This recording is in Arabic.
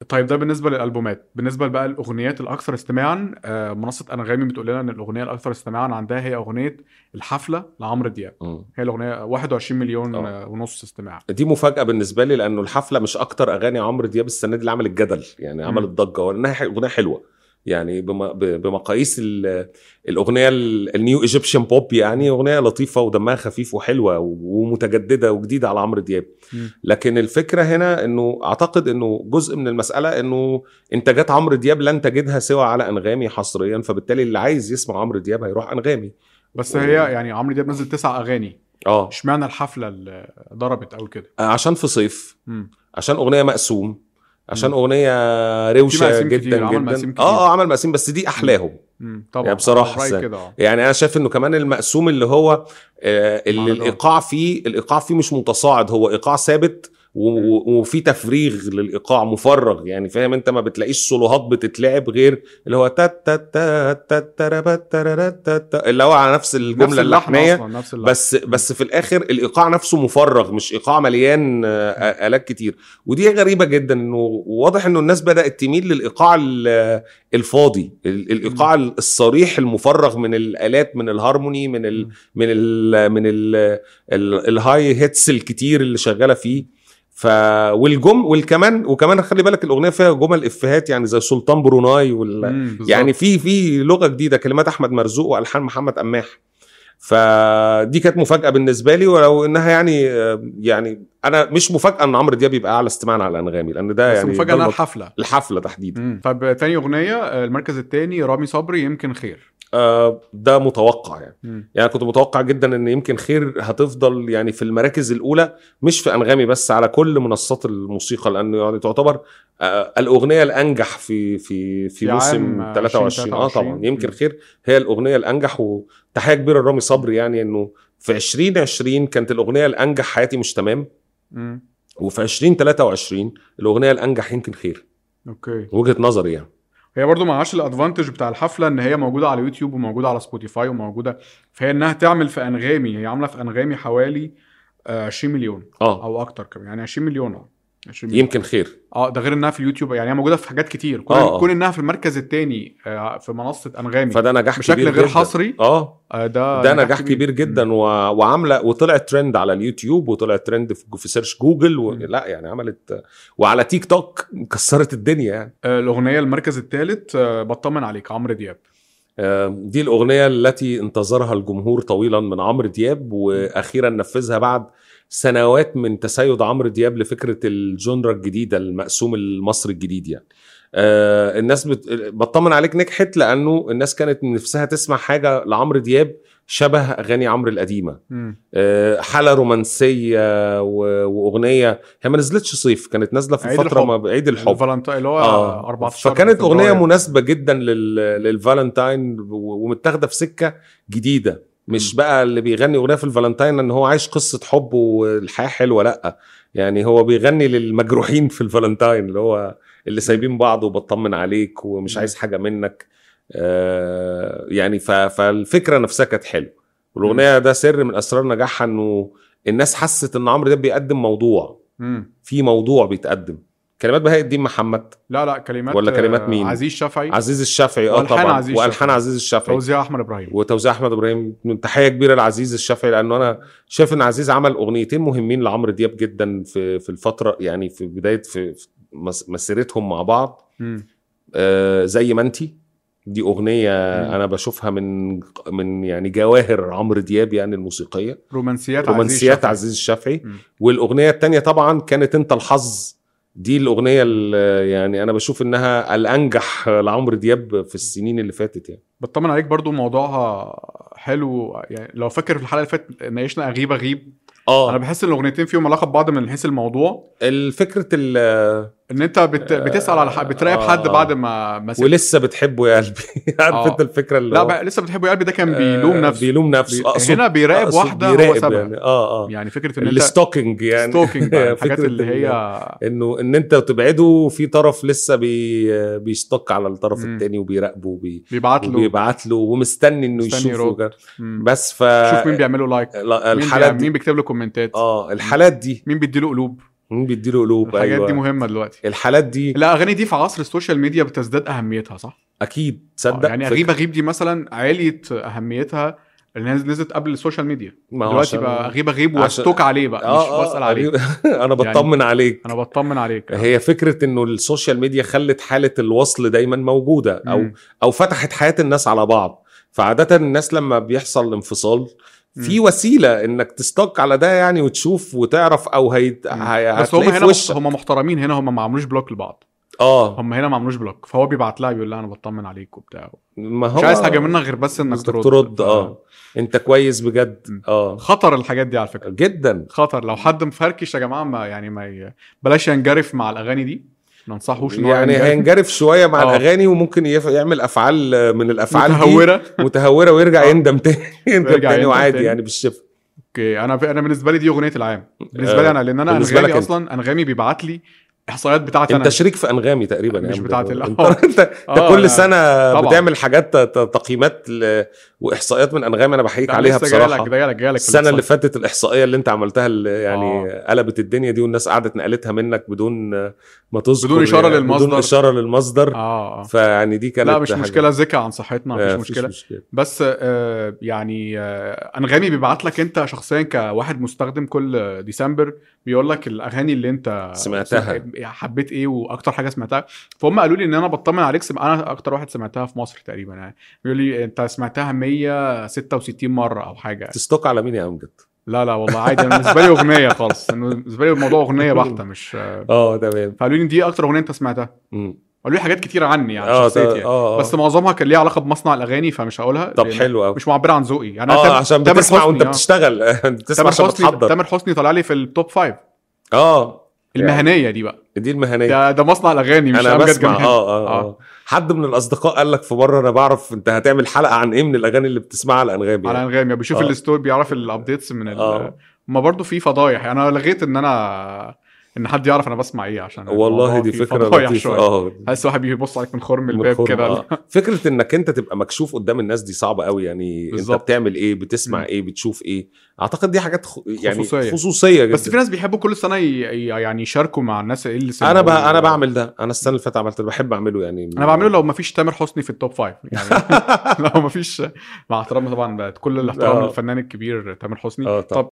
طيب ده بالنسبه للالبومات. بالنسبه بقى للاغنيات الاكثر استماعا، منصه انغامي بتقول لنا ان الاغنيه الاكثر استماعا عندها هي اغنيه الحفله لعمرو دياب. هي الاغنيه 21 مليون ونص استماع. دي مفاجاه بالنسبه لي، لانه الحفله مش اكتر اغاني عمرو دياب السنه دي اللي عملت جدل، يعني عملت ضجه، وانها اغنيه حلوه يعني بمقاييس الاغنيه النيو ايجيبشن بوب، يعني اغنيه لطيفه ودمها خفيف وحلوه ومتجدده وجديده على عمرو دياب. لكن الفكره هنا انه اعتقد انه جزء من المساله انه انتاجات عمرو دياب لن تجدها سوى على انغامي حصريا، فبالتالي اللي عايز يسمع عمرو دياب هيروح انغامي. بس هي يعني عمرو دياب نزل 9 اغاني، اشمعنى الحفله اللي ضربت قوي كده؟ عشان في صيف، عشان اغنيه مقسوم، عشان اغنيه روشه جدا جدا. عمل مقسم، بس دي احلاهم طبعا يعني بصراحه. يعني انا شايف انه كمان المقسوم اللي هو اللي الايقاع فيه مش متصاعد، هو ايقاع ثابت وفي تفريغ للايقاع مفرغ، يعني فاهم انت، ما بتلاقيش صولوهات بتتلعب غير اللي هو تا تا تا تا تا اللي هو على نفس الجمله اللحنيه، بس في الاخر الايقاع نفسه مفرغ، مش ايقاع مليان آلات كتير. ودي غريبه جدا، انه واضح انه الناس بدات تميل للايقاع الفاضي، الايقاع الصريح المفرغ من الآلات، من الهارموني، من الهاي هيتس الكتير اللي شغاله فيه. وكمان خلي بالك الاغنيه فيها جمل افيهات، يعني زي سلطان بروناي يعني في لغه جديده، كلمات احمد مرزوق والحان محمد قماح. فدي كانت مفاجاه بالنسبه لي، ولو انها يعني انا مش مفاجاه ان عمرو دياب يبقى اعلى استماعا على انغامي، لان ده يعني مفاجاه انها الحفله تحديدا. طب تاني اغنيه المركز الثاني رامي صبري، يمكن خير. ده متوقع يعني كنت متوقع جدا ان يمكن خير هتفضل يعني في المراكز الاولى، مش في انغامي بس، على كل منصات الموسيقى، لانه يعني تعتبر الاغنيه الانجح في موسم 23. طبعا يمكن خير هي الاغنيه الانجح، وتحيه كبيره لرامي صبري، يعني انه في 2020 كانت الاغنيه الانجح حياتي مش تمام، وفي 2023 الاغنيه الانجح يمكن خير. وجهه نظري يعني. هي برضو معاش الادفانتج بتاع الحفله ان هي موجوده على يوتيوب وموجوده على سبوتيفاي وموجوده، فهي انها تعمل في انغامي، هي عامله في انغامي حوالي 20 مليون او اكتر كمان، يعني 20 مليون. يمكن خير ده غير انها في اليوتيوب، يعني هي موجوده في حاجات كتير. كون انها في المركز الثاني في منصه انغامي، فده نجاح بشكل غير حصري. ده نجاح كبير جدا. وعامله وطلع ترند على اليوتيوب، وطلع ترند في سيرش جوجل لا يعني عملت، وعلى تيك توك كسرت الدنيا يعني. الاغنيه المركز الثالث بطمن عليك، عمرو دياب. دي الاغنيه التي انتظرها الجمهور طويلا من عمرو دياب، واخيرا نفذها بعد سنوات من تسيد عمرو دياب لفكره الجونرا الجديده، المقسوم المصري الجديد يعني. الناس بطمن عليك نجحت، لانه الناس كانت نفسها تسمع حاجه لعمرو دياب شبه اغاني عمرو القديمه، حاله رومانسيه واغنيه. هي ما نزلتش صيف، كانت نازله في فتره عيد الحب اللي هو 14. فكانت اغنيه مناسبه جدا للفالنتاين، ومتاخده في سكه جديده، مش بقى اللي بيغني اغنيه في الفالنتاين ان هو عايش قصه حب والحياه حلوه، لا يعني هو بيغني للمجروحين في الفالنتاين، اللي هو اللي سايبين بعض وبطمن عليك ومش عايز حاجه منك. يعني فالفكره نفسها كانت حلوه، والاغنيه ده سر من اسرار نجاحها، انه الناس حست ان عمرو دياب بيقدم موضوع، في موضوع بيتقدم. كلمات بهاء الدين محمد، لا كلمات ولا كلمات مين؟ عزيز الشافعي طبعا، والحان عزيز الشافعي، توزيع احمد ابراهيم، وتوزيع احمد ابراهيم. تحيه كبيره لعزيز الشافعي، لانه انا شايف ان عزيز عمل اغنيتين مهمين لعمرو دياب جدا في الفتره، يعني في بدايه في مسيرتهم مع بعض. زي ما انتي، دي اغنيه انا بشوفها من يعني جواهر عمرو دياب يعني الموسيقيه، رومانسيات عزيز الشافعي. والاغنيه الثانيه طبعا كانت انت الحظ، دي الاغنيه اللي يعني انا بشوف انها الانجح لعمرو دياب في السنين اللي فاتت يعني. بطمن عليك برضو موضوعها حلو، يعني لو فاكر في الحلقه اللي فاتت ناقشنا اغيب. انا بحس ان الاغنيتين فيهم علاقه ببعض من حيث الموضوع، الفكره ان انت بتسال على بتراقب حد بعد ما ولسه بتحبه يا قلبي. عارف انت الفكره اللي لا لسه بتحبه يا قلبي، ده كان بيلوم نفسه. هنا بيراقب واحده هو سابها يعني. يعني فكره ان الستوكينج يعني الحاجات اللي هي ان انت تبعده في طرف لسه بيستوك على الطرف الثاني وبيراقبه وبيبعت له ومستني انه يشوفه بس شوف مين بيعمله لايك، مين بيكتب له كومنتات، الحالات دي مين بيديله قلوب. بيديله قلوب. الحاجات أيوة. دي مهمه دلوقتي. الحالات دي، الاغاني دي في عصر السوشيال ميديا بتزداد اهميتها، صح؟ اكيد. تصدق يعني اغيب اغيب دي مثلا عليت اهميتها اللي نزلت قبل السوشيال ميديا. دلوقتي بقى اغيب اغيب واستوك عليه بقى، مش بسال عليه. انا بطمن يعني عليك، انا بطمن عليك. هي فكره انه السوشيال ميديا خلت حاله الوصل دايما موجوده، او فتحت حياه الناس على بعض. فعاده الناس لما بيحصل انفصال في وسيله انك تستوك على ده يعني، وتشوف وتعرف، او بس هم هنا هم محترمين هنا، هم ما عملوش بلوك لبعض. هم هنا ما عملوش بلوك، فهو بيبعت لها بيقول لها انا بطمن عليك وبتاع، مش عايز حاجه منك غير بس انك ترد. انت كويس بجد. خطر الحاجات دي على فكره جدا، خطر. لو حد مفركش يا جماعه ما بلاش ينجرف مع الاغاني دي، ما ننصحوش يعني هينجرف شويه مع الاغاني، وممكن يعمل افعال من الافعال متهوره ويرجع يندم تاني وعادي يعني بالشفا. اوكي، انا بالنسبه لي دي اغنيه العام بالنسبه لي انا، لان انا انغامي اصلا، انغامي بيبعت لي احصائيات بتاعتي انت شريك في انغامي تقريبا مش بتاعت انت كل سنه بتعمل حاجات تقييمات واحصائيات من انغامي، انا بحييك عليها بصراحه. جايلك السنه اللي فاتت الاحصائيه اللي انت عملتها اللي يعني قلبت الدنيا دي، والناس قعدت نقلتها منك بدون ما تذكر، بدون اشاره يعني للمصدر، بدون اشاره للمصدر. فيعني دي كانت لا مش مشكله، ذكاء عن صحتنا، مش مشكله. بس يعني انغامي بيبعت لك انت شخصيا كواحد مستخدم كل ديسمبر، بيقول لك الاغاني اللي انت سمعتها حبيت ايه واكتر حاجه سمعتها. فهم قالوا لي ان انا بطمن عليك، انا اكتر واحد سمعتها في مصر تقريبا يعني. بيقول لي انت سمعتها 166 مره او حاجه. تستوك على مين يا امجد؟ لا والله عادي، انا بالنسبه لي اغنيه خالص، بالنسبه لي الموضوع اغنيه بحته، مش تمام. فقالوا لي دي اكتر اغنيه انت سمعتها. قالوا لي حاجات كتيره عني يعني شخصيتي يعني. بس معظمها كان ليها علاقه بمصنع الاغاني، فمش هقولها. طب حلو قوي، مش معبره عن ذوقي يعني. عشان بتسمع وانت بتشتغل، بتسمع عشان بتحضر. تامر حسني طلع لي في التوب 5 المهنيه دي بقى، دي المهنيه ده مصنع الاغاني، مش انا بسمع. حد من الاصدقاء قال لك في مره انا بعرف انت هتعمل حلقه عن ايه من الاغاني اللي بتسمعها على انغامي على انغامي بيشوف الستوري، بيعرف الابديتس من ما برضو في فضايح يعني. انا لغيت ان حد يعرف انا بسمع ايه، عشان والله دي فكره لطيفه. حاسس واحد بيبص عليك من خرم الباب كده. فكره انك انت تبقى مكشوف قدام الناس دي صعبه قوي يعني. بالزبط. انت بتعمل ايه، بتسمع ايه، بتشوف ايه. اعتقد دي حاجات يعني خصوصيه جدا. بس في ناس بيحبوا كل سنه يعني يشاركوا مع الناس ايه اللي سمعوا. انا بعمل ده، انا السنه اللي فاتت عملت، بحب اعمله يعني. انا بعمله لو ما فيش تامر حسني في التوب 5 يعني. لو ما فيش، مع احترامي طبعا كل الاحترام للفنان الكبير تامر حسني. طب